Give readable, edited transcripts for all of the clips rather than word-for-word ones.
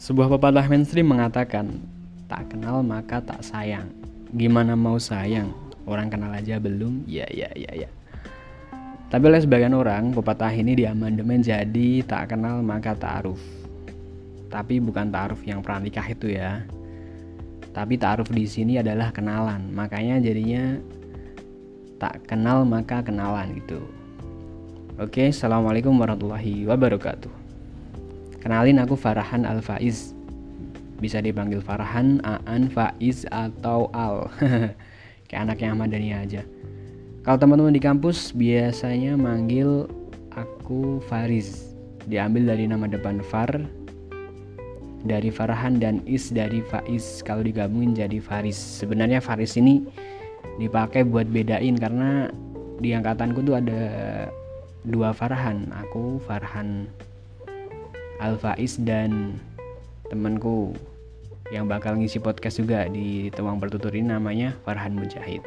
Sebuah pepatah mainstream mengatakan, tak kenal maka tak sayang. Gimana mau sayang? Orang kenal aja belum? Ya. Tapi oleh sebagian orang, pepatah ini diamandemen jadi tak kenal maka ta'aruf. Tapi bukan ta'aruf yang pernikah itu ya. Tapi ta'aruf di sini adalah kenalan. Makanya jadinya tak kenal maka kenalan gitu. Oke, assalamualaikum warahmatullahi wabarakatuh. Kenalin, aku Farhan Al-Faiz. Bisa dipanggil Farhan, Aan, Faiz, atau Al. Kayak anaknya Ahmad Dhani aja. Kalau teman-teman di kampus biasanya manggil aku Fariz. Diambil dari nama depan Far dari Farhan dan Is dari Faiz. Kalau digabungin jadi Faris. Sebenarnya Faris ini dipakai buat bedain karena di angkatanku tuh ada dua Farhan. Aku Farhan Al-Faiz dan temanku yang bakal ngisi podcast juga di Tewang Bertutur ini namanya Farhan Mujahid.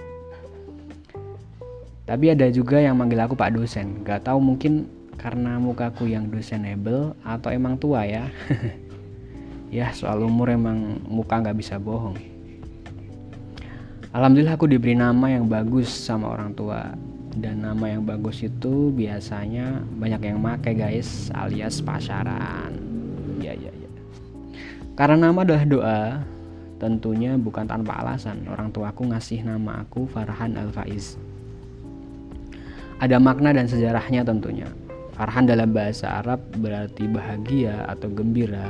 Tapi ada juga yang manggil aku Pak Dosen. Gak tahu, mungkin karena mukaku yang dosenable atau emang tua ya. Ya, soal umur emang muka gak bisa bohong. Alhamdulillah aku diberi nama yang bagus sama orang tua. Dan nama yang bagus itu biasanya banyak yang make guys, alias pasaran. Ya. Karena nama adalah doa, tentunya bukan tanpa alasan orang tuaku ngasih nama aku Farhan Al-Faiz. Ada makna dan sejarahnya tentunya. Farhan dalam bahasa Arab berarti bahagia atau gembira.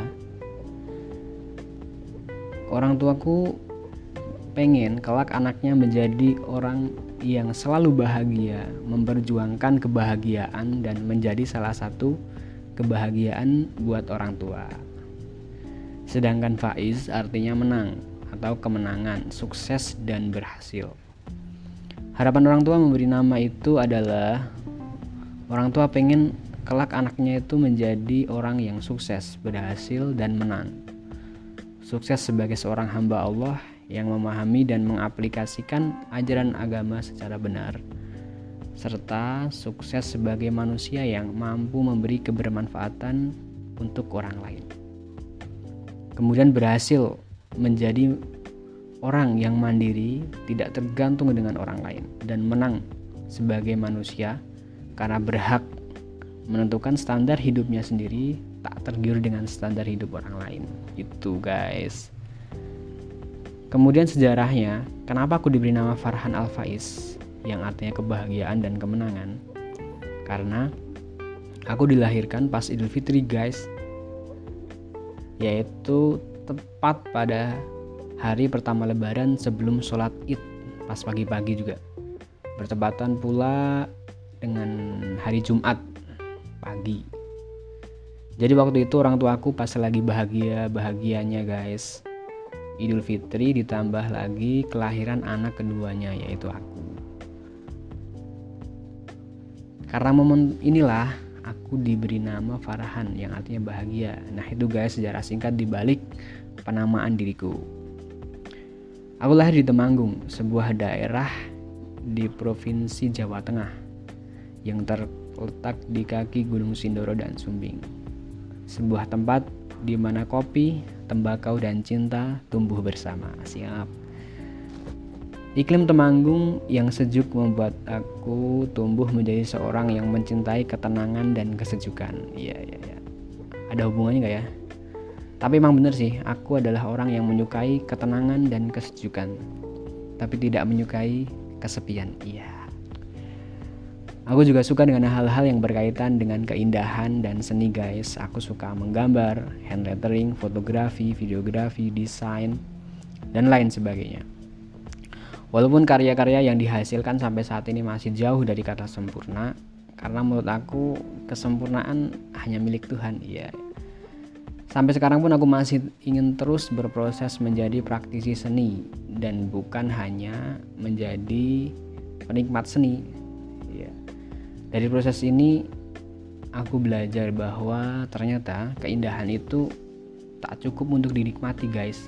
Orang tuaku pengen kelak anaknya menjadi orang yang selalu bahagia, memperjuangkan kebahagiaan dan menjadi salah satu kebahagiaan buat orang tua. Sedangkan Faiz artinya menang atau kemenangan, sukses dan berhasil. Harapan orang tua memberi nama itu adalah orang tua pengen kelak anaknya itu menjadi orang yang sukses, berhasil dan menang. Sukses sebagai seorang hamba Allah yang memahami dan mengaplikasikan ajaran agama secara benar, serta sukses sebagai manusia yang mampu memberi kebermanfaatan untuk orang lain. Kemudian berhasil menjadi orang yang mandiri, tidak tergantung dengan orang lain, dan menang sebagai manusia karena berhak menentukan standar hidupnya sendiri, tak tergiur dengan standar hidup orang lain. Itu guys. Kemudian sejarahnya, kenapa aku diberi nama Farhan Al-Faiz yang artinya kebahagiaan dan kemenangan? Karena aku dilahirkan pas Idul Fitri guys, yaitu tepat pada hari pertama lebaran sebelum sholat id, pas pagi-pagi juga. Bertepatan pula dengan hari Jumat pagi. Jadi waktu itu orang tuaku pas lagi bahagianya guys, Idul Fitri ditambah lagi kelahiran anak keduanya yaitu aku. Karena momen inilah aku diberi nama Farhan yang artinya bahagia. Nah itu guys sejarah singkat dibalik penamaan diriku. Aku lahir di Temanggung, sebuah daerah di Provinsi Jawa Tengah yang terletak di kaki Gunung Sindoro dan Sumbing. Sebuah tempat di mana kopi, tembakau dan cinta tumbuh bersama. Siap. Iklim Temanggung yang sejuk membuat aku tumbuh menjadi seorang yang mencintai ketenangan dan kesejukan. Iya. Ada hubungannya gak ya? Tapi emang bener sih, aku adalah orang yang menyukai ketenangan dan kesejukan, tapi tidak menyukai kesepian. Iya. Aku juga suka dengan hal-hal yang berkaitan dengan keindahan dan seni guys. Aku suka menggambar, hand lettering, fotografi, videografi, desain, dan lain sebagainya. Walaupun karya-karya yang dihasilkan sampai saat ini masih jauh dari kata sempurna, karena menurut aku kesempurnaan hanya milik Tuhan. Iya. Sampai sekarang pun aku masih ingin terus berproses menjadi praktisi seni dan bukan hanya menjadi penikmat seni. Ya. Dari proses ini aku belajar bahwa ternyata keindahan itu tak cukup untuk dinikmati guys,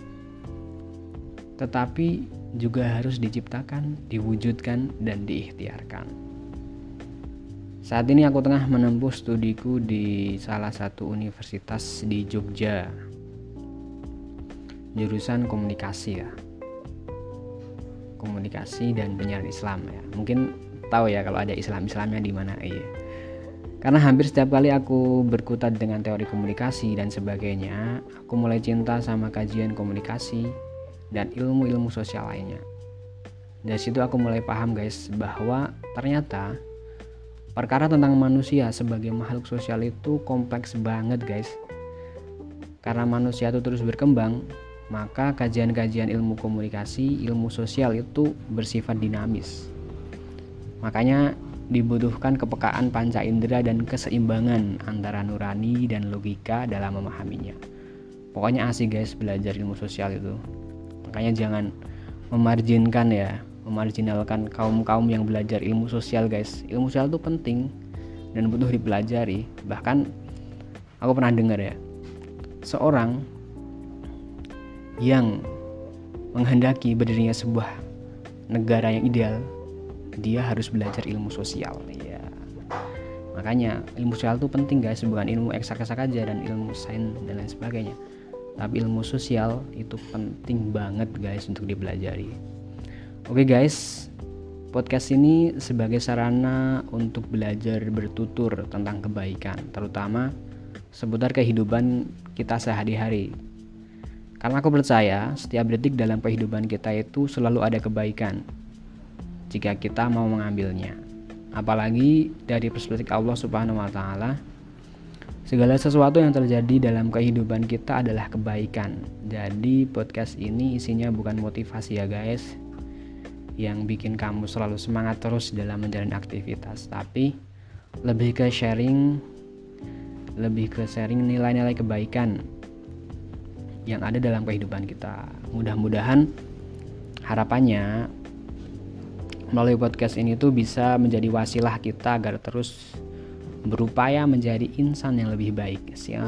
tetapi juga harus diciptakan, diwujudkan, dan diikhtiarkan. Saat ini aku tengah menempuh studiku di salah satu universitas di Jogja. jurusan komunikasi ya. Komunikasi dan penyiaran Islam ya. Mungkin tahu ya kalau ada Islamnya di mana. Iya. Karena hampir setiap kali aku berkutat dengan teori komunikasi dan sebagainya, aku mulai cinta sama kajian komunikasi dan ilmu-ilmu sosial lainnya. Dari situ aku mulai paham guys, bahwa ternyata perkara tentang manusia sebagai makhluk sosial itu kompleks banget guys. Karena manusia itu terus berkembang, maka kajian-kajian ilmu komunikasi, ilmu sosial itu bersifat dinamis. Makanya dibutuhkan kepekaan panca indera dan keseimbangan antara nurani dan logika dalam memahaminya. Pokoknya asik guys belajar ilmu sosial itu. Makanya jangan memarginalkan kaum-kaum yang belajar ilmu sosial guys. Ilmu sosial itu penting dan butuh dipelajari. Bahkan aku pernah dengar ya, seorang yang menghendaki berdirinya sebuah negara yang ideal, dia harus belajar ilmu sosial ya. Makanya ilmu sosial itu penting guys, bukan ilmu eksak-eksak aja dan ilmu sains dan lain sebagainya, tapi ilmu sosial itu penting banget guys untuk dipelajari. Oke guys, podcast ini sebagai sarana untuk belajar bertutur tentang kebaikan, terutama seputar kehidupan kita sehari-hari. Karena aku percaya setiap detik dalam kehidupan kita itu selalu ada kebaikan jika kita mau mengambilnya. Apalagi dari perspektif Allah Subhanahu wa taala, segala sesuatu yang terjadi dalam kehidupan kita adalah kebaikan. Jadi podcast ini isinya bukan motivasi ya guys, yang bikin kamu selalu semangat terus dalam menjalani aktivitas, tapi lebih ke sharing nilai-nilai kebaikan yang ada dalam kehidupan kita. Mudah-mudahan harapannya melalui podcast ini tuh bisa menjadi wasilah kita agar terus berupaya menjadi insan yang lebih baik. Siap.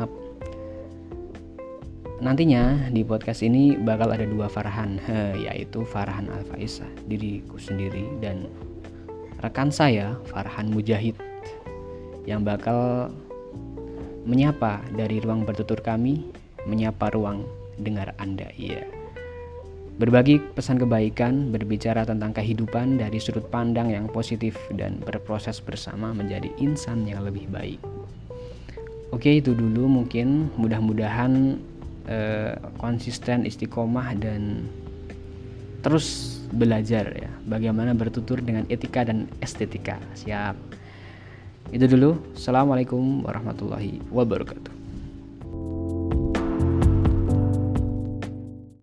Nantinya di podcast ini bakal ada 2 Farhan, yaitu Farhan Al-Faisah, diriku sendiri, dan rekan saya Farhan Mujahid, yang bakal menyapa dari ruang bertutur kami, menyapa ruang dengar Anda. Iya. Berbagi pesan kebaikan, berbicara tentang kehidupan dari sudut pandang yang positif, dan berproses bersama menjadi insan yang lebih baik. Oke, itu dulu mungkin. Mudah-mudahan konsisten, istiqomah, dan terus belajar ya bagaimana bertutur dengan etika dan estetika. Siap. Itu dulu. Assalamualaikum warahmatullahi wabarakatuh.